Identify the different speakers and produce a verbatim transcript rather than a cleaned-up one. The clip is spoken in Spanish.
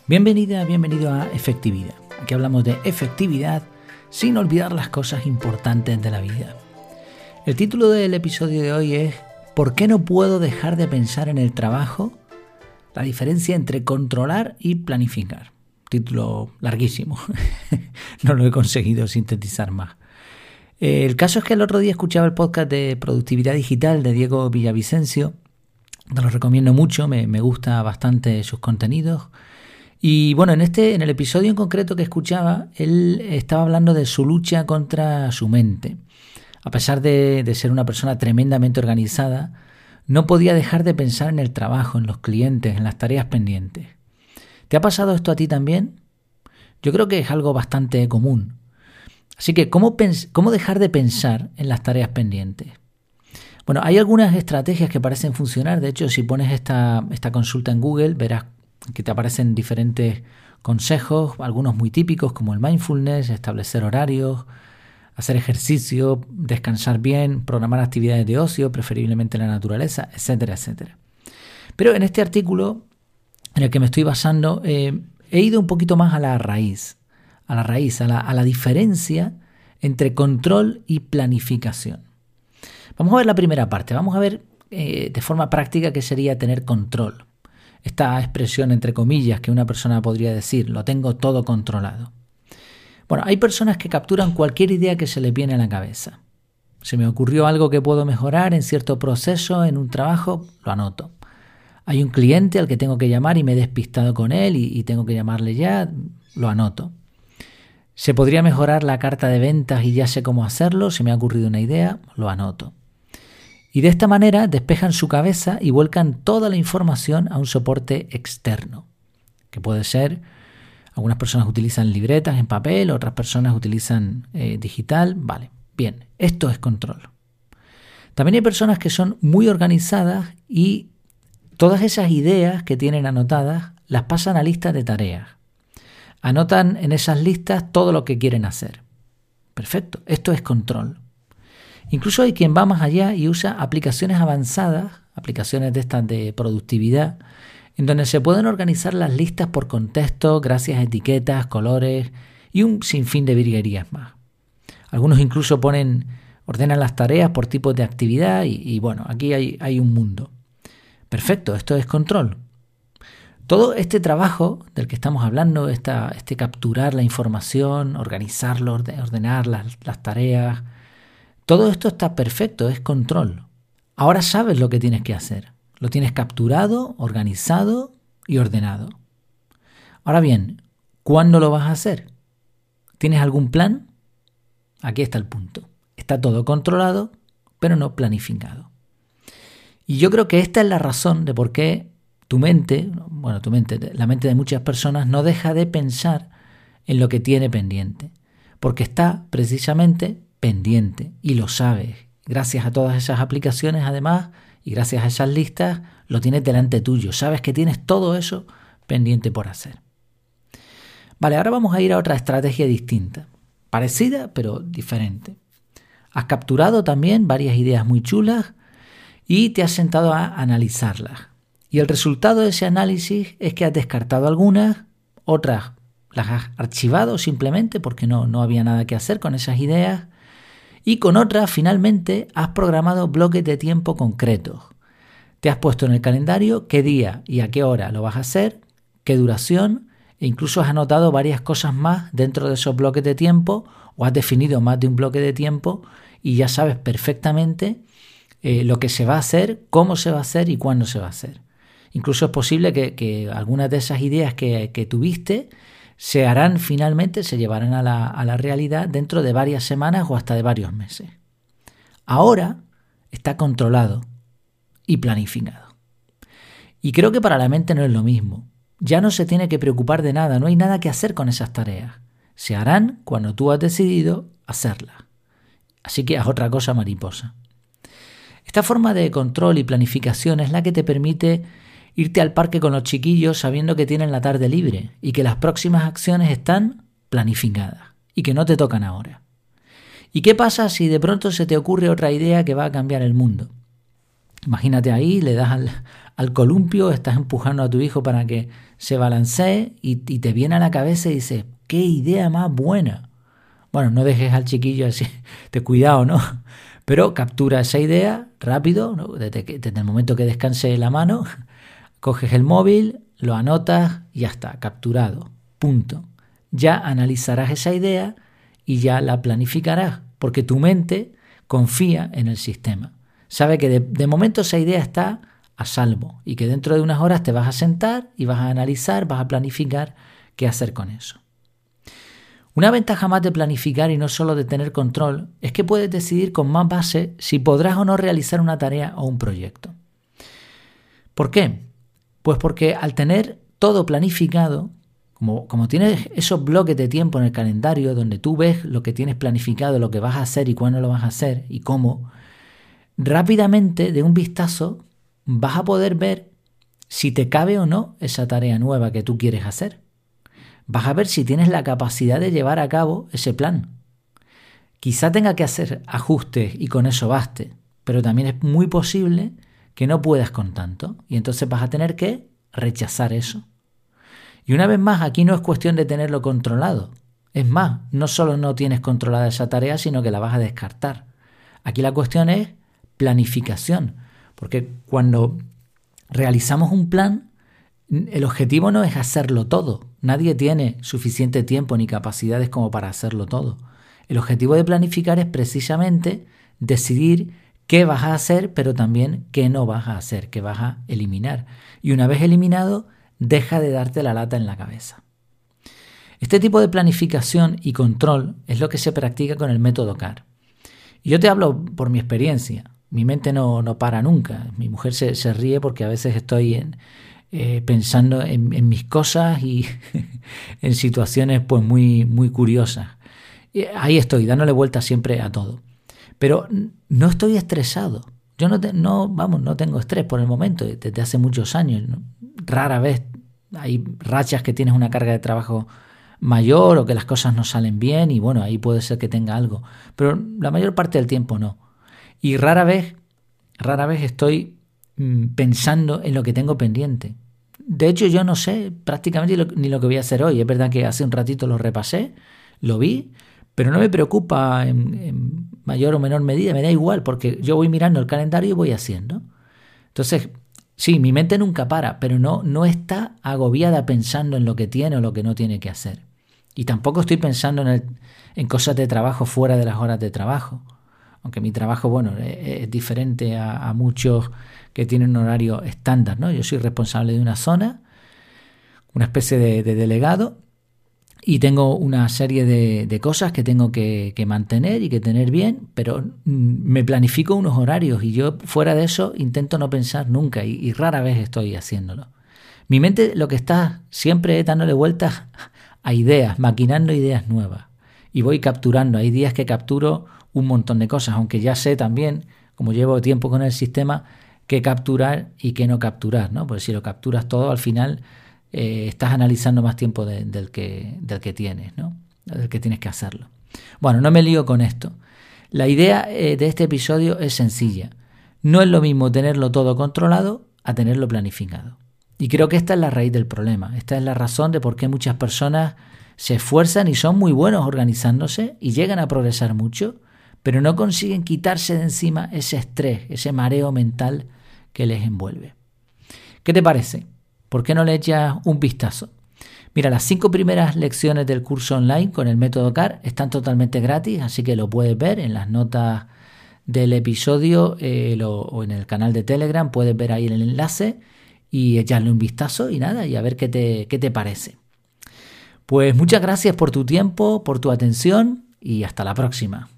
Speaker 1: Bienvenida, bienvenido a Efectividad. Aquí hablamos de efectividad sin olvidar las cosas importantes de la vida. El título del episodio de hoy es ¿por qué no puedo dejar de pensar en el trabajo? La diferencia entre controlar y planificar. Título larguísimo. No lo he conseguido sintetizar más. El caso es que el otro día escuchaba el podcast de Productividad Digital de Diego Villavicencio. Te lo recomiendo mucho, me, me gusta bastante sus contenidos. Y bueno, en este, en el episodio en concreto que escuchaba, él estaba hablando de su lucha contra su mente. A pesar de, de ser una persona tremendamente organizada, no podía dejar de pensar en el trabajo, en los clientes, en las tareas pendientes. ¿Te ha pasado esto a ti también? Yo creo que es algo bastante común. Así que, ¿cómo, pens- cómo dejar de pensar en las tareas pendientes? Bueno, hay algunas estrategias que parecen funcionar. De hecho, si pones esta, esta consulta en Google, verás que te aparecen diferentes consejos, algunos muy típicos como el mindfulness, establecer horarios, hacer ejercicio, descansar bien, programar actividades de ocio, preferiblemente en la naturaleza, etcétera, etcétera. Pero en este artículo en el que me estoy basando, eh, he ido un poquito más a la raíz, a la raíz, a la, a la diferencia entre control y planificación. Vamos a ver la primera parte, vamos a ver eh, de forma práctica qué sería tener control. Esta expresión entre comillas que una persona podría decir, lo tengo todo controlado. Bueno, hay personas que capturan cualquier idea que se les viene a la cabeza. Se me ocurrió algo que puedo mejorar en cierto proceso, en un trabajo, lo anoto. Hay un cliente al que tengo que llamar y me he despistado con él y, y tengo que llamarle ya, lo anoto. Se podría mejorar la carta de ventas y ya sé cómo hacerlo, se me ha ocurrido una idea, lo anoto. Y de esta manera despejan su cabeza y vuelcan toda la información a un soporte externo, que puede ser, algunas personas utilizan libretas en papel, otras personas utilizan eh, digital, vale, bien, esto es control. También hay personas que son muy organizadas y todas esas ideas que tienen anotadas las pasan a listas de tareas. Anotan en esas listas todo lo que quieren hacer. Perfecto, esto es control. Incluso hay quien va más allá y usa aplicaciones avanzadas, aplicaciones de estas de productividad, en donde se pueden organizar las listas por contexto, gracias a etiquetas, colores y un sinfín de virguerías más. Algunos incluso ponen, ordenan las tareas por tipos de actividad y, y bueno, aquí hay, hay un mundo. Perfecto, esto es control. Todo este trabajo del que estamos hablando, esta, este capturar la información, organizarlo, ordenar las, las tareas, todo esto está perfecto, es control. Ahora sabes lo que tienes que hacer. Lo tienes capturado, organizado y ordenado. Ahora bien, ¿cuándo lo vas a hacer? ¿Tienes algún plan? Aquí está el punto. Está todo controlado, pero no planificado. Y yo creo que esta es la razón de por qué tu mente, bueno, tu mente, la mente de muchas personas no deja de pensar en lo que tiene pendiente. Porque está precisamente pendiente y lo sabes. Gracias a todas esas aplicaciones, además, y gracias a esas listas, lo tienes delante tuyo. Sabes que tienes todo eso pendiente por hacer. Vale, ahora vamos a ir a otra estrategia distinta. Parecida, pero diferente. Has capturado también varias ideas muy chulas y te has sentado a analizarlas. Y el resultado de ese análisis es que has descartado algunas, otras las has archivado simplemente porque no, no había nada que hacer con esas ideas. Y con otras, finalmente, has programado bloques de tiempo concretos. Te has puesto en el calendario qué día y a qué hora lo vas a hacer, qué duración, e incluso has anotado varias cosas más dentro de esos bloques de tiempo o has definido más de un bloque de tiempo y ya sabes perfectamente eh, lo que se va a hacer, cómo se va a hacer y cuándo se va a hacer. Incluso es posible que, que algunas de esas ideas que, que tuviste se harán finalmente, se llevarán a la, a la realidad dentro de varias semanas o hasta de varios meses. Ahora está controlado y planificado. Y creo que para la mente no es lo mismo. Ya no se tiene que preocupar de nada, no hay nada que hacer con esas tareas. Se harán cuando tú has decidido hacerlas. Así que haz otra cosa mariposa. Esta forma de control y planificación es la que te permite irte al parque con los chiquillos sabiendo que tienen la tarde libre y que las próximas acciones están planificadas y que no te tocan ahora. ¿Y qué pasa si de pronto se te ocurre otra idea que va a cambiar el mundo? Imagínate ahí, le das al, al columpio, estás empujando a tu hijo para que se balancee y, y te viene a la cabeza y dices, ¡qué idea más buena! Bueno, no dejes al chiquillo así, te cuidado, ¿no? Pero captura esa idea rápido, ¿no? desde, que, desde el momento que descanse la mano, coges el móvil, lo anotas y ya está, capturado, punto. Ya analizarás esa idea y ya la planificarás, porque tu mente confía en el sistema. Sabe que de, de momento esa idea está a salvo y que dentro de unas horas te vas a sentar y vas a analizar, vas a planificar qué hacer con eso. Una ventaja más de planificar y no solo de tener control es que puedes decidir con más base si podrás o no realizar una tarea o un proyecto. ¿Por qué? Pues porque al tener todo planificado, como, como tienes esos bloques de tiempo en el calendario donde tú ves lo que tienes planificado, lo que vas a hacer y cuándo lo vas a hacer y cómo, rápidamente de un vistazo vas a poder ver si te cabe o no esa tarea nueva que tú quieres hacer. Vas a ver si tienes la capacidad de llevar a cabo ese plan. Quizá tenga que hacer ajustes y con eso baste, pero también es muy posible que no puedas con tanto y entonces vas a tener que rechazar eso. Y una vez más, aquí no es cuestión de tenerlo controlado. Es más, no solo no tienes controlada esa tarea, sino que la vas a descartar. Aquí la cuestión es planificación, porque cuando realizamos un plan, el objetivo no es hacerlo todo. Nadie tiene suficiente tiempo ni capacidades como para hacerlo todo. El objetivo de planificar es precisamente decidir qué vas a hacer, pero también qué no vas a hacer, qué vas a eliminar. Y una vez eliminado, deja de darte la lata en la cabeza. Este tipo de planificación y control es lo que se practica con el método C A R. Y yo te hablo por mi experiencia. Mi mente no, no para nunca. Mi mujer se, se ríe porque a veces estoy en, eh, pensando en, en mis cosas y en situaciones pues muy, muy curiosas. Y ahí estoy, dándole vueltas siempre a todo. Pero no estoy estresado. Yo no, te, no, vamos, no tengo estrés por el momento, desde hace muchos años, ¿no? Rara vez hay rachas que tienes una carga de trabajo mayor o que las cosas no salen bien y bueno, ahí puede ser que tenga algo. Pero la mayor parte del tiempo no. Y rara vez, rara vez estoy mmm, pensando en lo que tengo pendiente. De hecho, yo no sé prácticamente lo, ni lo que voy a hacer hoy. Es verdad que hace un ratito lo repasé, lo vi, pero no me preocupa en, en mayor o menor medida, me da igual, porque yo voy mirando el calendario y voy haciendo. Entonces, sí, mi mente nunca para, pero no, no está agobiada pensando en lo que tiene o lo que no tiene que hacer. Y tampoco estoy pensando en, el, en cosas de trabajo fuera de las horas de trabajo. Aunque mi trabajo, bueno, es, es diferente a, a muchos que tienen un horario estándar, ¿no? Yo soy responsable de una zona, una especie de, de delegado, y tengo una serie de, de cosas que tengo que, que mantener y que tener bien, pero me planifico unos horarios y yo fuera de eso intento no pensar nunca y, y rara vez estoy haciéndolo. Mi mente lo que está siempre es dándole vueltas a ideas, maquinando ideas nuevas y voy capturando. Hay días que capturo un montón de cosas, aunque ya sé también, como llevo tiempo con el sistema, qué capturar y qué no capturar, ¿no? Porque si lo capturas todo, al final eh, estás analizando más tiempo de, del, que, del que tienes, ¿no? Del que tienes que hacerlo. Bueno, no me lío con esto. La idea eh, de este episodio es sencilla. No es lo mismo tenerlo todo controlado a tenerlo planificado. Y creo que esta es la raíz del problema. Esta es la razón de por qué muchas personas se esfuerzan y son muy buenos organizándose y llegan a progresar mucho, pero no consiguen quitarse de encima ese estrés, ese mareo mental que les envuelve. ¿Qué te parece? ¿Por qué no le echas un vistazo? Mira, las cinco primeras lecciones del curso online con el método C A R están totalmente gratis, así que lo puedes ver en las notas del episodio eh, lo, o en el canal de Telegram, puedes ver ahí el enlace y echarle un vistazo y nada, y a ver qué te, qué te parece. Pues muchas gracias por tu tiempo, por tu atención y hasta la próxima.